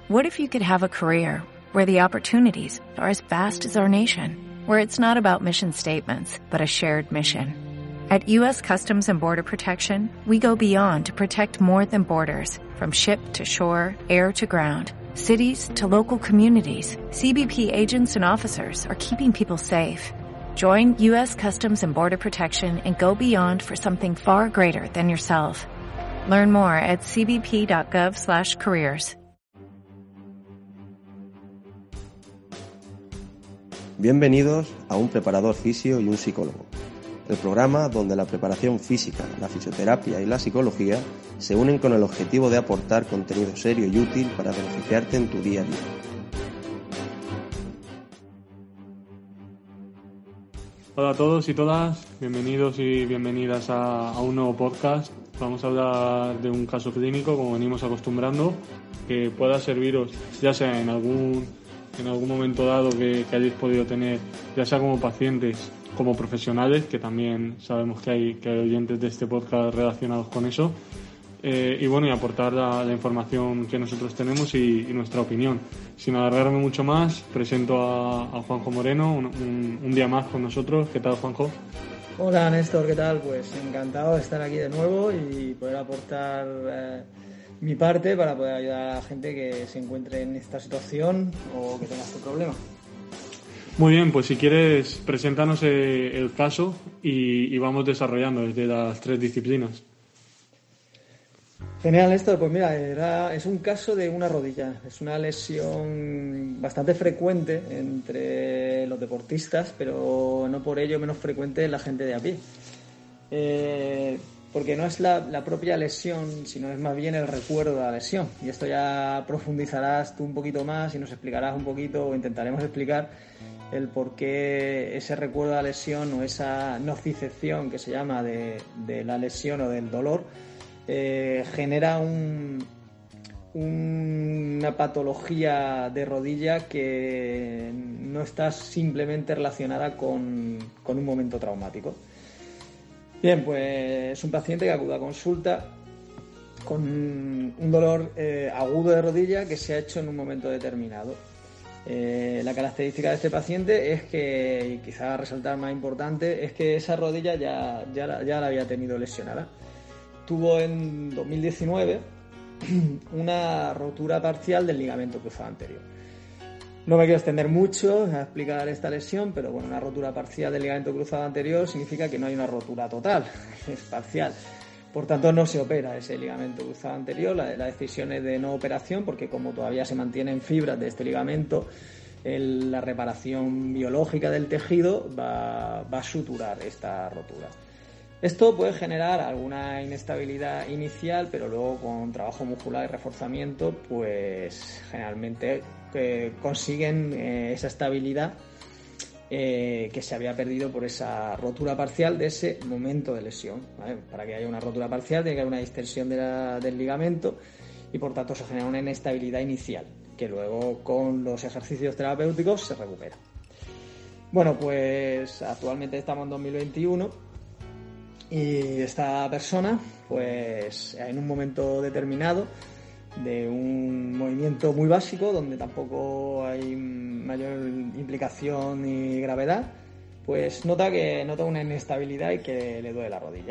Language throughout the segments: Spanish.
What if you could have a career where the opportunities are as vast as our nation, where it's not about mission statements, but a shared mission? At U.S. Customs and Border Protection, we go beyond to protect more than borders, from ship to shore, air to ground, cities to local communities. CBP agents and officers are keeping people safe. Join U.S. Customs and Border Protection and go beyond for something far greater than yourself. Learn more at cbp.gov/careers. Bienvenidos a Un Preparador Fisio y un Psicólogo, el programa donde la preparación física, la fisioterapia y la psicología se unen con el objetivo de aportar contenido serio y útil para beneficiarte en tu día a día. Hola a todos y todas, bienvenidos y bienvenidas a un nuevo podcast. Vamos a hablar de un caso clínico, como venimos acostumbrando, que pueda serviros ya sea en algún momento dado que hayáis podido tener, ya sea como pacientes, como profesionales, que también sabemos que hay oyentes de este podcast relacionados con eso, y aportar la información que nosotros tenemos y nuestra opinión. Sin alargarme mucho más, presento a Juanjo Moreno, un día más con nosotros. ¿Qué tal, Juanjo? Hola, Néstor, ¿qué tal? Pues encantado de estar aquí de nuevo y poder aportar mi parte para poder ayudar a la gente que se encuentre en esta situación o que tenga este problema. Muy bien, pues si quieres, preséntanos el caso y vamos desarrollando desde las tres disciplinas. Genial, Néstor. Pues mira, es un caso de una rodilla. Es una lesión bastante frecuente entre los deportistas, pero no por ello menos frecuente en la gente de a pie. Porque no es la propia lesión, sino es más bien el recuerdo de la lesión. Y esto ya profundizarás tú un poquito más y nos explicarás un poquito, o intentaremos explicar el por qué ese recuerdo de la lesión o esa nocicepción que se llama de la lesión o del dolor genera una patología de rodilla que no está simplemente relacionada con un momento traumático. Bien, pues es un paciente que acude a consulta con un dolor agudo de rodilla que se ha hecho en un momento determinado. La característica de este paciente es que, y quizá resaltar más importante, es que esa rodilla ya la había tenido lesionada. Tuvo en 2019 una rotura parcial del ligamento cruzado anterior. No me quiero extender mucho a explicar esta lesión, pero bueno, una rotura parcial del ligamento cruzado anterior significa que no hay una rotura total, es parcial. Por tanto, no se opera ese ligamento cruzado anterior. La decisión es de no operación porque como todavía se mantienen fibras de este ligamento, la reparación biológica del tejido va a suturar esta rotura. Esto puede generar alguna inestabilidad inicial, pero luego con trabajo muscular y reforzamiento, pues generalmente consiguen esa estabilidad que se había perdido por esa rotura parcial de ese momento de lesión, ¿vale? Para que haya una rotura parcial tiene que haber una distensión del ligamento y por tanto se genera una inestabilidad inicial que luego con los ejercicios terapéuticos se recupera. Bueno, pues actualmente estamos en 2021 y esta persona, pues en un momento determinado de un movimiento muy básico donde tampoco hay mayor implicación ni gravedad, pues nota una inestabilidad y que le duele la rodilla.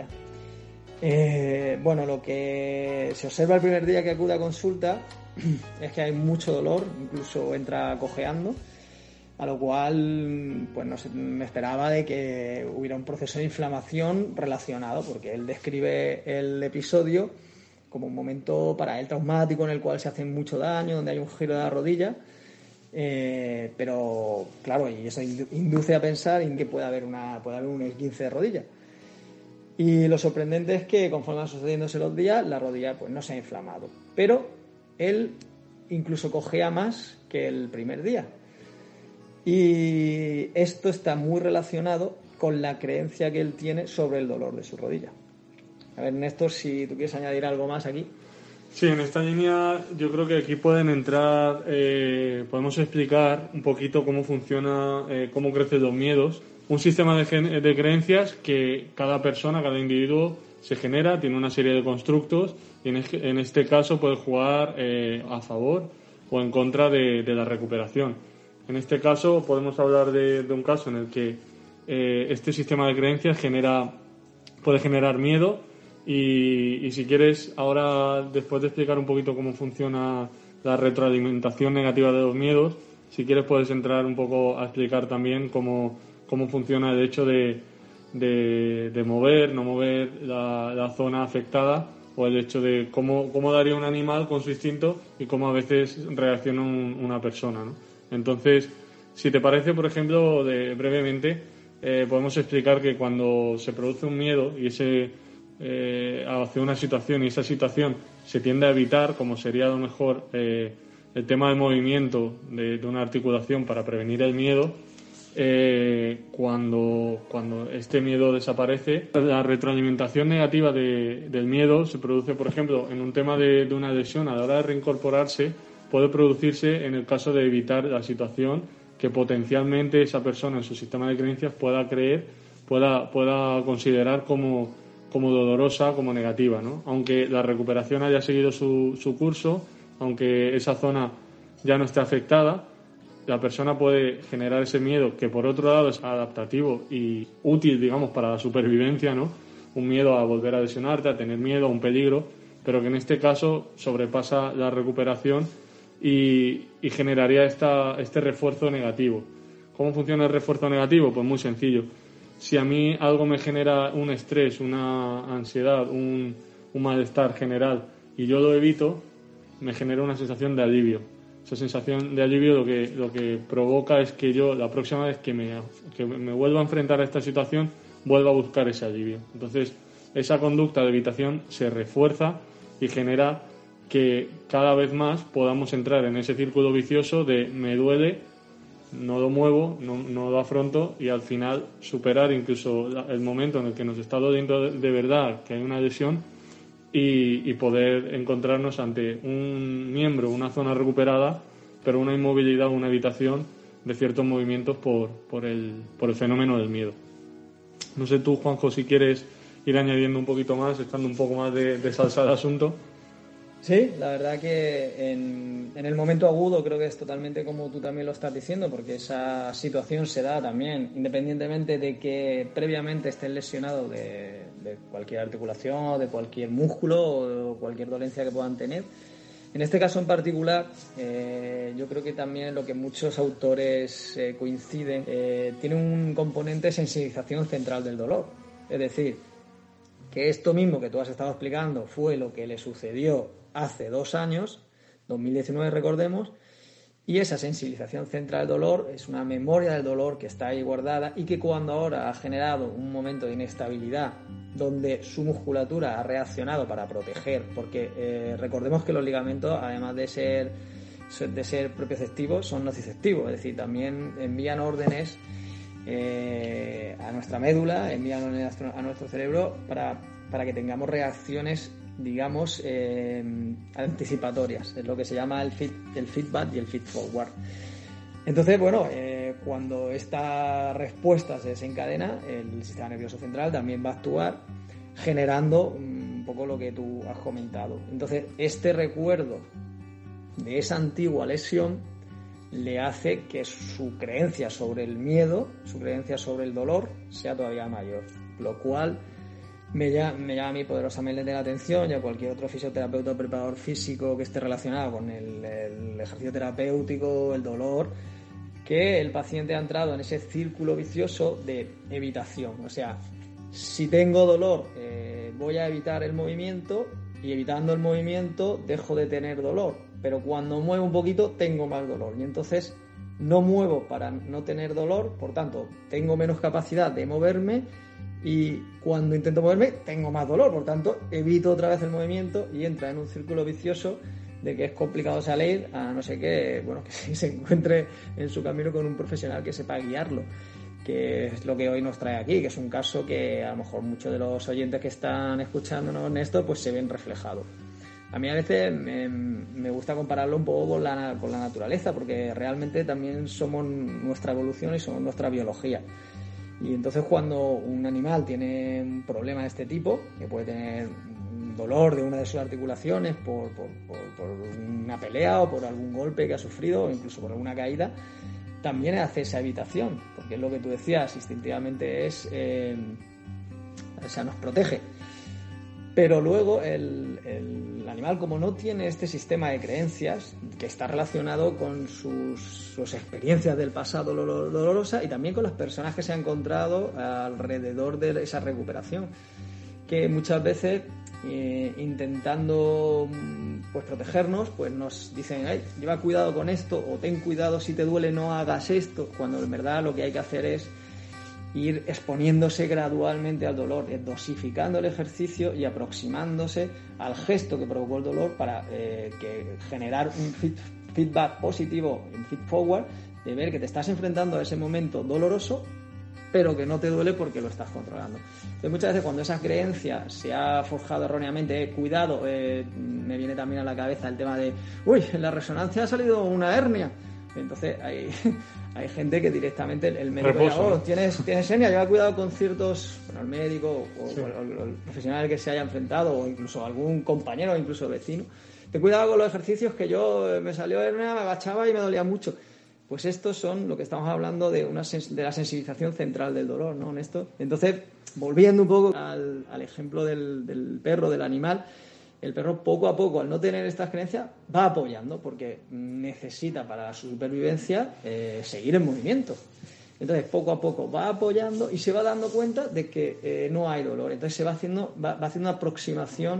Lo que se observa el primer día que acude a consulta es que hay mucho dolor, incluso entra cojeando, a lo cual pues no sé, me esperaba de que hubiera un proceso de inflamación relacionado, porque él describe el episodio como un momento para él traumático en el cual se hace mucho daño, donde hay un giro de la rodilla, pero claro, y eso induce a pensar en que puede haber un esguince de rodilla. Y lo sorprendente es que conforme van sucediéndose los días, la rodilla pues no se ha inflamado, pero él incluso cojea más que el primer día. Y esto está muy relacionado con la creencia que él tiene sobre el dolor de su rodilla. A ver, Néstor, si tú quieres añadir algo más aquí. Sí, en esta línea yo creo que aquí pueden entrar, podemos explicar un poquito cómo funciona, cómo crecen los miedos. Un sistema de creencias que cada persona, cada individuo se genera, tiene una serie de constructos y en este caso puede jugar a favor o en contra de la recuperación. En este caso podemos hablar de un caso en el que este sistema de creencias puede generar miedo y si quieres, ahora después de explicar un poquito cómo funciona la retroalimentación negativa de los miedos, si quieres puedes entrar un poco a explicar también cómo funciona el hecho de mover, no mover la zona afectada, o el hecho de cómo daría un animal con su instinto y cómo a veces reacciona una persona, ¿no? Entonces, si te parece, por ejemplo, brevemente, podemos explicar que cuando se produce un miedo y hacia una situación y esa situación se tiende a evitar, como sería a lo mejor el tema del movimiento de una articulación para prevenir el miedo, cuando este miedo desaparece, la retroalimentación negativa del miedo se produce, por ejemplo, en un tema de una lesión. A la hora de reincorporarse puede producirse en el caso de evitar la situación que potencialmente esa persona en su sistema de creencias pueda considerar como dolorosa, como negativa, ¿no? Aunque la recuperación haya seguido su curso, aunque esa zona ya no esté afectada, la persona puede generar ese miedo, que por otro lado es adaptativo y útil, digamos, para la supervivencia, ¿no? Un miedo a volver a lesionarte, a tener miedo a un peligro, pero que en este caso sobrepasa la recuperación y generaría este refuerzo negativo. ¿Cómo funciona el refuerzo negativo? Pues muy sencillo. Si a mí algo me genera un estrés, una ansiedad, un malestar general y yo lo evito, me genera una sensación de alivio. Esa sensación de alivio lo que provoca es que yo, la próxima vez que me vuelva a enfrentar a esta situación, vuelva a buscar ese alivio. Entonces, esa conducta de evitación se refuerza y genera que cada vez más podamos entrar en ese círculo vicioso de me duele, no lo muevo, no lo afronto, y al final superar incluso el momento en el que nos está doliendo de verdad, que hay una lesión, y poder encontrarnos ante un miembro, una zona recuperada, pero una inmovilidad, una evitación de ciertos movimientos por el fenómeno del miedo. No sé tú, Juanjo, si quieres ir añadiendo un poquito más, echando un poco más de salsa al asunto. Sí, la verdad que en el momento agudo creo que es totalmente como tú también lo estás diciendo, porque esa situación se da también independientemente de que previamente estés lesionado de cualquier articulación, de cualquier músculo o cualquier dolencia que puedan tener. En este caso en particular, yo creo que también lo que muchos autores coinciden, tiene un componente de sensibilización central del dolor. Es decir, que esto mismo que tú has estado explicando fue lo que le sucedió hace 2 años, 2019 recordemos, y esa sensibilización central del dolor es una memoria del dolor que está ahí guardada y que cuando ahora ha generado un momento de inestabilidad donde su musculatura ha reaccionado para proteger, porque recordemos que los ligamentos, además de ser propioceptivos, son nociceptivos, es decir, también envían órdenes a nuestra médula, envían órdenes a nuestro cerebro para que tengamos reacciones, digamos, anticipatorias. Es lo que se llama el feedback y el feed forward. Entonces, bueno, cuando esta respuesta se desencadena, el sistema nervioso central también va a actuar generando un poco lo que tú has comentado. Entonces, este recuerdo de esa antigua lesión le hace que su creencia sobre el miedo, su creencia sobre el dolor, sea todavía mayor, lo cual me llama a mí poderosamente la atención y a cualquier otro fisioterapeuta o preparador físico que esté relacionado con el ejercicio terapéutico, el dolor, que el paciente ha entrado en ese círculo vicioso de evitación. O sea, si tengo dolor, voy a evitar el movimiento, y evitando el movimiento dejo de tener dolor, pero cuando muevo un poquito tengo más dolor, y entonces no muevo para no tener dolor, por tanto tengo menos capacidad de moverme, y cuando intento moverme tengo más dolor, por tanto evito otra vez el movimiento y entra en un círculo vicioso de que es complicado salir, a no ser que, bueno, que se encuentre en su camino con un profesional que sepa guiarlo, que es lo que hoy nos trae aquí, que es un caso que a lo mejor muchos de los oyentes que están escuchándonos en esto pues se ven reflejados. A mí a veces me gusta compararlo un poco con la naturaleza, porque realmente también somos nuestra evolución y somos nuestra biología. Y entonces cuando un animal tiene un problema de este tipo, que puede tener dolor de una de sus articulaciones por una pelea o por algún golpe que ha sufrido o incluso por alguna caída, también hace esa evitación, porque es lo que tú decías, instintivamente nos protege. Pero luego el animal, como no tiene este sistema de creencias que está relacionado con sus experiencias del pasado dolorosa y también con las personas que se ha encontrado alrededor de esa recuperación, que muchas veces intentando pues protegernos, pues nos dicen: ay, lleva cuidado con esto, o ten cuidado, si te duele no hagas esto, cuando en verdad lo que hay que hacer es ir exponiéndose gradualmente al dolor, dosificando el ejercicio y aproximándose al gesto que provocó el dolor para generar un feedback positivo, un feed forward, de ver que te estás enfrentando a ese momento doloroso, pero que no te duele porque lo estás controlando. Entonces, muchas veces cuando esa creencia se ha forjado erróneamente, cuidado, me viene también a la cabeza el tema de: uy, en la resonancia ha salido una hernia. Entonces hay gente que directamente el médico dice: oh, tienes hernia, lleva cuidado con ciertos, bueno, el médico o el profesional que se haya enfrentado, o incluso algún compañero o incluso vecino, ten cuidado con los ejercicios que yo me salió hernia, me agachaba y me dolía mucho. Pues estos son lo que estamos hablando de la sensibilización central del dolor, ¿no? En esto. Entonces, volviendo un poco al ejemplo del perro, del animal, el perro poco a poco, al no tener estas creencias, va apoyando porque necesita para su supervivencia seguir en movimiento. Entonces, poco a poco va apoyando y se va dando cuenta de que no hay dolor. Entonces se va haciendo una aproximación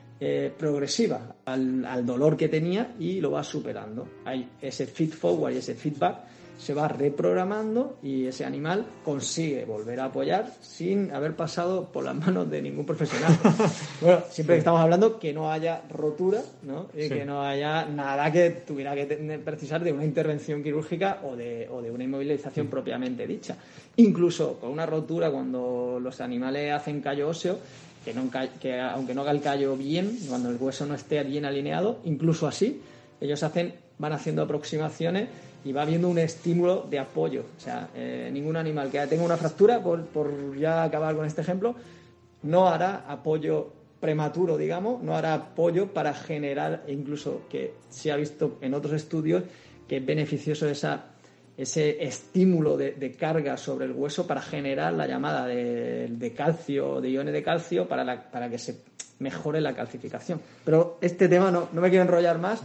progresiva al dolor que tenía y lo va superando. Hay ese feed forward y ese feedback se va reprogramando y ese animal consigue volver a apoyar sin haber pasado por las manos de ningún profesional. Bueno, siempre que estamos hablando que no haya rotura, ¿no? Y que no haya nada que tuviera que precisar de una intervención quirúrgica o de una inmovilización propiamente dicha. Incluso con una rotura, cuando los animales hacen callo óseo, que aunque no haga el callo bien, cuando el hueso no esté bien alineado, incluso así, ellos van haciendo aproximaciones y va habiendo un estímulo de apoyo. O sea, ningún animal que tenga una fractura, por ya acabar con este ejemplo, no hará apoyo prematuro, digamos, no hará apoyo para generar, incluso que se ha visto en otros estudios que es beneficioso ese estímulo de carga sobre el hueso para generar la llamada de calcio, de iones de calcio, para que se mejore la calcificación. Pero este tema no me quiero enrollar más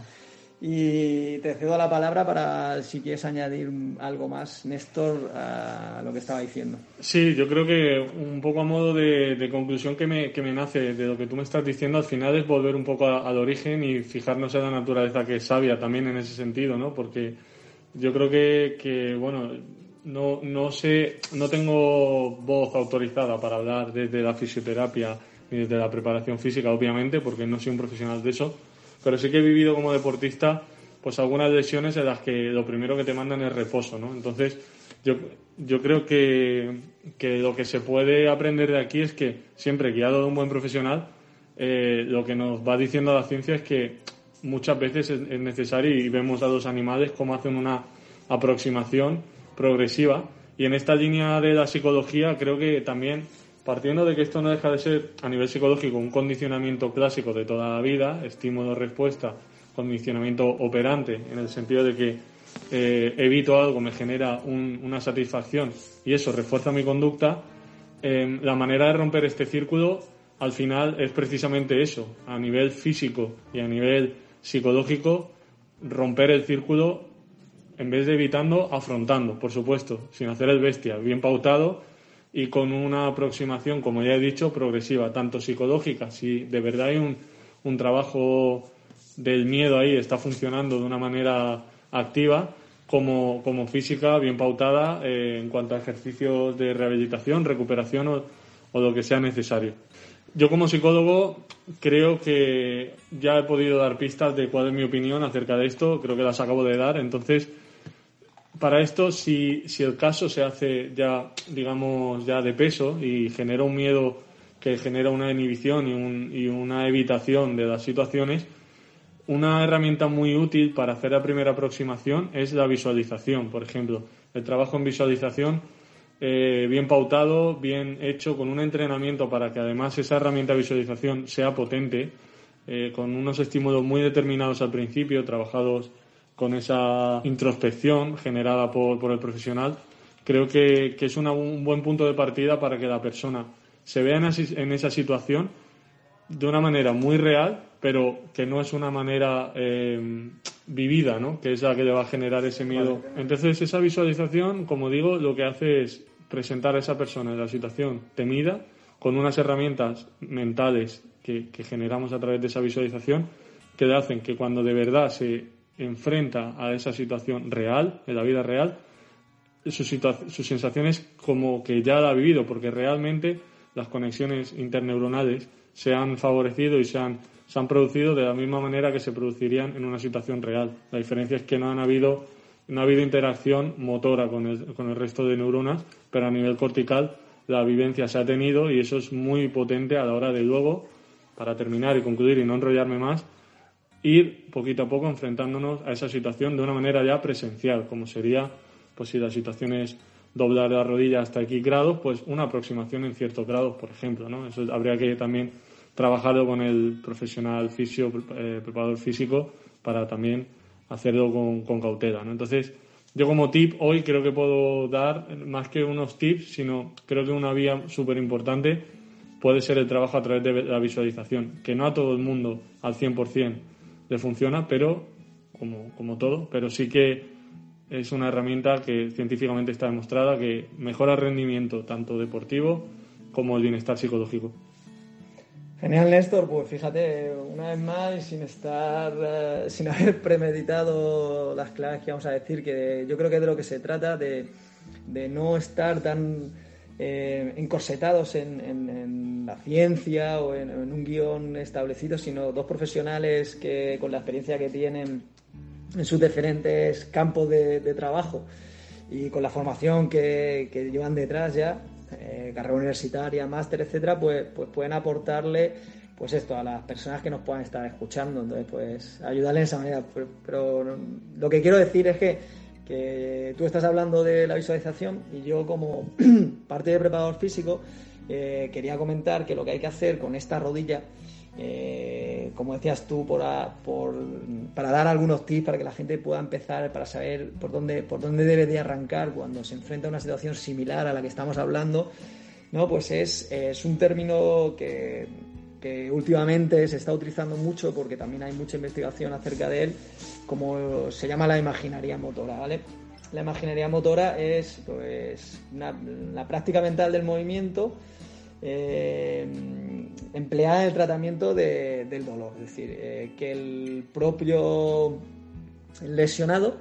y te cedo la palabra para si quieres añadir algo más, Néstor, a lo que estaba diciendo. Sí, yo creo que un poco a modo de conclusión que me nace de lo que tú me estás diciendo, al final es volver un poco al origen y fijarnos en la naturaleza, que es sabia también en ese sentido, ¿no? Porque yo creo que bueno, no tengo voz autorizada para hablar desde la fisioterapia ni desde la preparación física, obviamente, porque no soy un profesional de eso, pero sí que he vivido como deportista pues algunas lesiones en las que lo primero que te mandan es reposo, ¿no? Entonces yo creo que lo que se puede aprender de aquí es que siempre guiado de un buen profesional, lo que nos va diciendo la ciencia es que muchas veces es necesario, y vemos a los animales cómo hacen una aproximación progresiva, y en esta línea de la psicología creo que también, partiendo de que esto no deja de ser a nivel psicológico un condicionamiento clásico de toda la vida, estímulo-respuesta, condicionamiento operante, en el sentido de que evito algo, me genera una satisfacción y eso refuerza mi conducta, la manera de romper este círculo al final es precisamente eso, a nivel físico y a nivel psicológico, romper el círculo, en vez de evitando, afrontando, por supuesto, sin hacer el bestia, bien pautado y con una aproximación, como ya he dicho, progresiva, tanto psicológica, si de verdad hay un trabajo del miedo ahí, está funcionando de una manera activa, como física, bien pautada, en cuanto a ejercicios de rehabilitación, recuperación o lo que sea necesario. Yo como psicólogo creo que ya he podido dar pistas de cuál es mi opinión acerca de esto, creo que las acabo de dar. Entonces, para esto, si el caso se hace ya, digamos, ya de peso y genera un miedo que genera una inhibición y una evitación de las situaciones, una herramienta muy útil para hacer la primera aproximación es la visualización, por ejemplo. El trabajo en visualización bien pautado, bien hecho, con un entrenamiento para que además esa herramienta de visualización sea potente, con unos estímulos muy determinados al principio, trabajados con esa introspección generada por el profesional, creo que es un buen punto de partida para que la persona se vea en esa situación de una manera muy real, pero que no es una manera vivida, ¿no? Que es la que le va a generar ese miedo. Entonces, esa visualización, como digo, lo que hace es presentar a esa persona en la situación temida con unas herramientas mentales que generamos a través de esa visualización, que le hacen que cuando de verdad se enfrenta a esa situación real, en la vida real, sus sensaciones como que ya la ha vivido, porque realmente las conexiones interneuronales se han favorecido y se han producido de la misma manera que se producirían en una situación real. La diferencia es que no ha habido interacción motora con el resto de neuronas, pero a nivel cortical la vivencia se ha tenido, y eso es muy potente a la hora de luego, para terminar y concluir y no enrollarme más, ir poquito a poco enfrentándonos a esa situación de una manera ya presencial, como sería, pues si la situación es doblar la rodilla hasta X grados, pues una aproximación en ciertos grados, por ejemplo, ¿no? Eso habría que también trabajarlo con el profesional preparador físico, para también hacerlo con cautela, ¿no? Entonces, yo como tip hoy creo que puedo dar, más que unos tips, sino creo que una vía súper importante puede ser el trabajo a través de la visualización, que no a todo el mundo al 100% le funciona, pero como todo, pero sí que es una herramienta que científicamente está demostrada que mejora el rendimiento tanto deportivo como el bienestar psicológico. Genial, Néstor. Pues fíjate, una vez más, sin haber premeditado las claves que vamos a decir, que yo creo que es de lo que se trata, de no estar tan encorsetados en la ciencia o en un guión establecido, sino dos profesionales que, con la experiencia que tienen en sus diferentes campos de trabajo y con la formación que llevan detrás ya, carrera universitaria, máster, etcétera, pues pueden aportarle pues esto a las personas que nos puedan estar escuchando. Entonces, pues ayudarles de esa manera. Pero lo que quiero decir es que tú estás hablando de la visualización, y yo, como parte de preparador físico, quería comentar que lo que hay que hacer con esta rodilla, como decías tú, para dar algunos tips para que la gente pueda empezar, para saber por dónde debe de arrancar cuando se enfrenta a una situación similar a la que estamos hablando, ¿no? Pues es un término que últimamente se está utilizando mucho, porque también hay mucha investigación acerca de él, como se llama la imaginería motora, ¿vale? La imaginería motora es, pues, la práctica mental del movimiento empleada en el tratamiento del dolor. Es decir, que el propio lesionado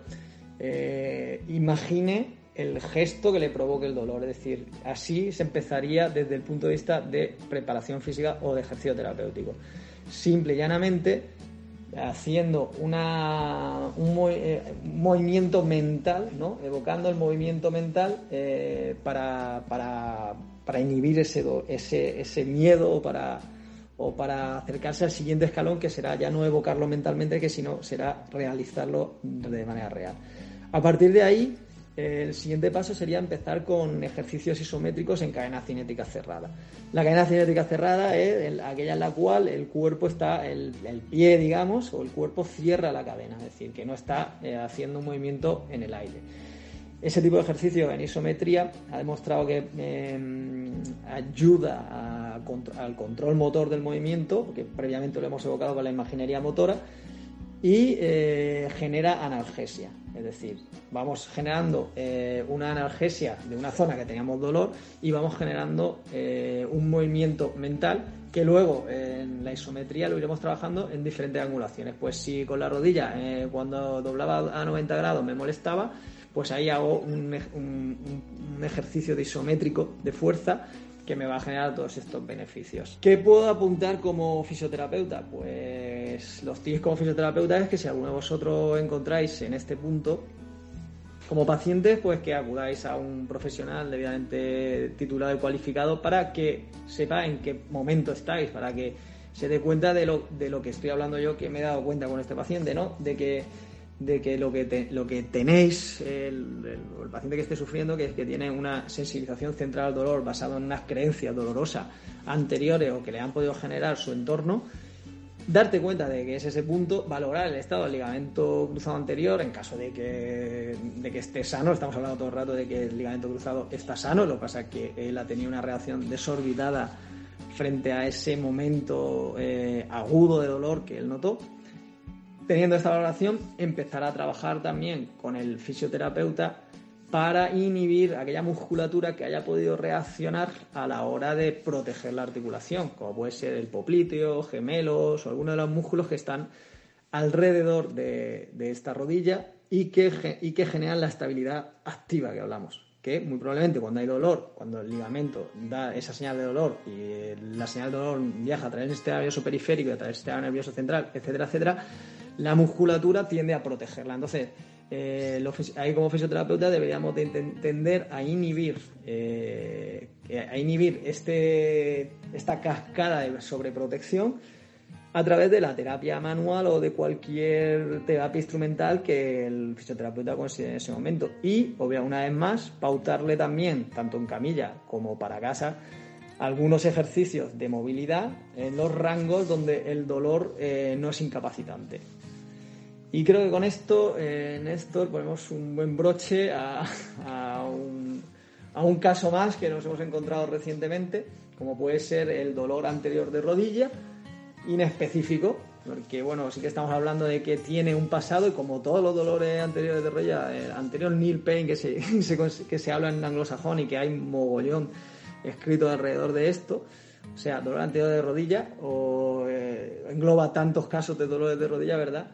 imagine el gesto que le provoque el dolor. Es decir, así se empezaría desde el punto de vista de preparación física o de ejercicio terapéutico. Simple y llanamente haciendo un movimiento mental, ¿no? Evocando el movimiento mental para inhibir ese miedo, o para acercarse al siguiente escalón, que será ya no evocarlo mentalmente, que sino será realizarlo de manera real. A partir de ahí, el siguiente paso sería empezar con ejercicios isométricos en cadena cinética cerrada. La cadena cinética cerrada es aquella en la cual el cuerpo está, el pie, digamos, o el cuerpo cierra la cadena, es decir, que no está haciendo un movimiento en el aire. Ese tipo de ejercicio en isometría ha demostrado que ayuda al control motor del movimiento, que previamente lo hemos evocado con la imaginería motora, y genera analgesia. Es decir, vamos generando una analgesia de una zona que teníamos dolor, y vamos generando un movimiento mental que luego en la isometría lo iremos trabajando en diferentes angulaciones. Pues si con la rodilla cuando doblaba a 90 grados me molestaba, pues ahí hago un ejercicio de isométrico de fuerza que me va a generar todos estos beneficios. ¿Qué puedo apuntar como fisioterapeuta? Pues los tips como fisioterapeuta es que si alguno de vosotros encontráis en este punto como pacientes, pues que acudáis a un profesional debidamente titulado y cualificado para que sepa en qué momento estáis, para que se dé cuenta de lo que estoy hablando yo, que me he dado cuenta con este paciente, ¿no? De que de que lo que tenéis, el paciente que esté sufriendo, que es que tiene una sensibilización central al dolor basada en unas creencias dolorosas anteriores o que le han podido generar su entorno, darte cuenta de que es ese punto, valorar el estado del ligamento cruzado anterior en caso de que esté sano. Estamos hablando todo el rato de que el ligamento cruzado está sano, lo que pasa es que él ha tenido una reacción desorbitada frente a ese momento agudo de dolor que él notó. Teniendo esta valoración, empezar a trabajar también con el fisioterapeuta para inhibir aquella musculatura que haya podido reaccionar a la hora de proteger la articulación, como puede ser el popliteo, gemelos o alguno de los músculos que están alrededor de esta rodilla y que generan la estabilidad activa que hablamos. Que muy probablemente cuando hay dolor, cuando el ligamento da esa señal de dolor y la señal de dolor viaja a través del sistema nervioso periférico y a través del sistema nervioso central, etcétera, etcétera, la musculatura tiende a protegerla. Entonces, ahí como fisioterapeuta deberíamos de tender a inhibir esta cascada de sobreprotección a través de la terapia manual o de cualquier terapia instrumental que el fisioterapeuta considere en ese momento. Y, obviamente, una vez más, pautarle también, tanto en camilla como para casa, algunos ejercicios de movilidad en los rangos donde el dolor no es incapacitante. Y creo que con esto, Néstor, ponemos un buen broche a un caso más que nos hemos encontrado recientemente, como puede ser el dolor anterior de rodilla, inespecífico, porque bueno, sí que estamos hablando de que tiene un pasado y como todos los dolores anteriores de rodilla, el anterior knee pain que se habla en anglosajón y que hay mogollón escrito alrededor de esto, o sea, dolor anterior de rodilla engloba tantos casos de dolores de rodilla, ¿verdad?,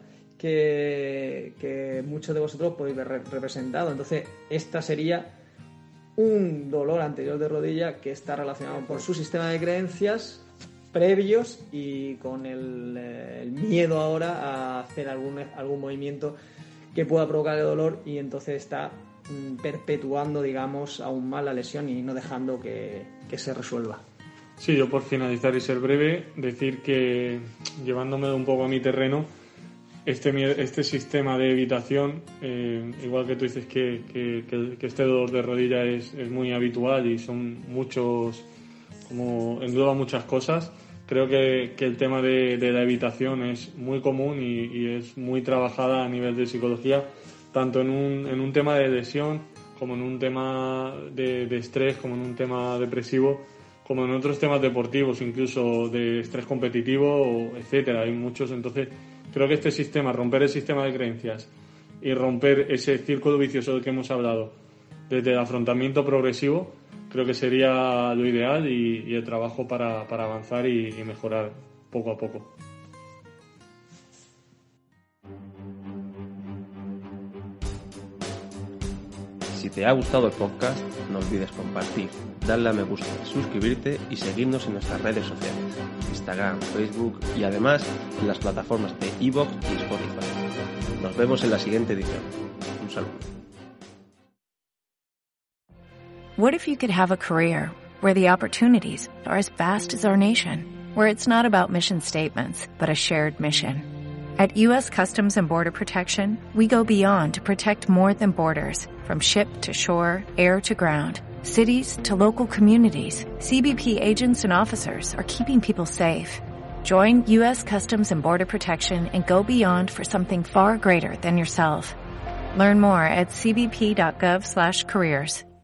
que muchos de vosotros podéis ver representado. Entonces, esta sería un dolor anterior de rodilla que está relacionado con su sistema de creencias previos y con el miedo ahora a hacer algún movimiento que pueda provocar el dolor, y entonces está perpetuando, digamos, aún más la lesión y no dejando que se resuelva. Sí, yo por finalizar y ser breve, decir que, llevándome un poco a mi terreno, este sistema de evitación, igual que tú dices que este dolor de rodilla es muy habitual y son muchos, como engloba muchas cosas, creo que el tema de la evitación es muy común y es muy trabajada a nivel de psicología, tanto en un tema de lesión, como en un tema de estrés, como en un tema depresivo, como en otros temas deportivos, incluso de estrés competitivo, etcétera. Hay muchos. Entonces, creo que este sistema, romper el sistema de creencias y romper ese círculo vicioso del que hemos hablado desde el afrontamiento progresivo, creo que sería lo ideal y el trabajo para avanzar y mejorar poco a poco. Si te ha gustado el podcast, no olvides compartir, darle a me gusta, suscribirte y seguirnos en nuestras redes sociales, Instagram, Facebook y además en las plataformas de iVoox y Spotify. Nos vemos en la siguiente edición. Un saludo. What if you could have a career where the opportunities are as vast as our nation, where it's not about mission statements, but a shared mission? At U.S. Customs and Border Protection, we go beyond to protect more than borders. From ship to shore, air to ground, cities to local communities, CBP agents and officers are keeping people safe. Join U.S. Customs and Border Protection and go beyond for something far greater than yourself. Learn more at cbp.gov/careers.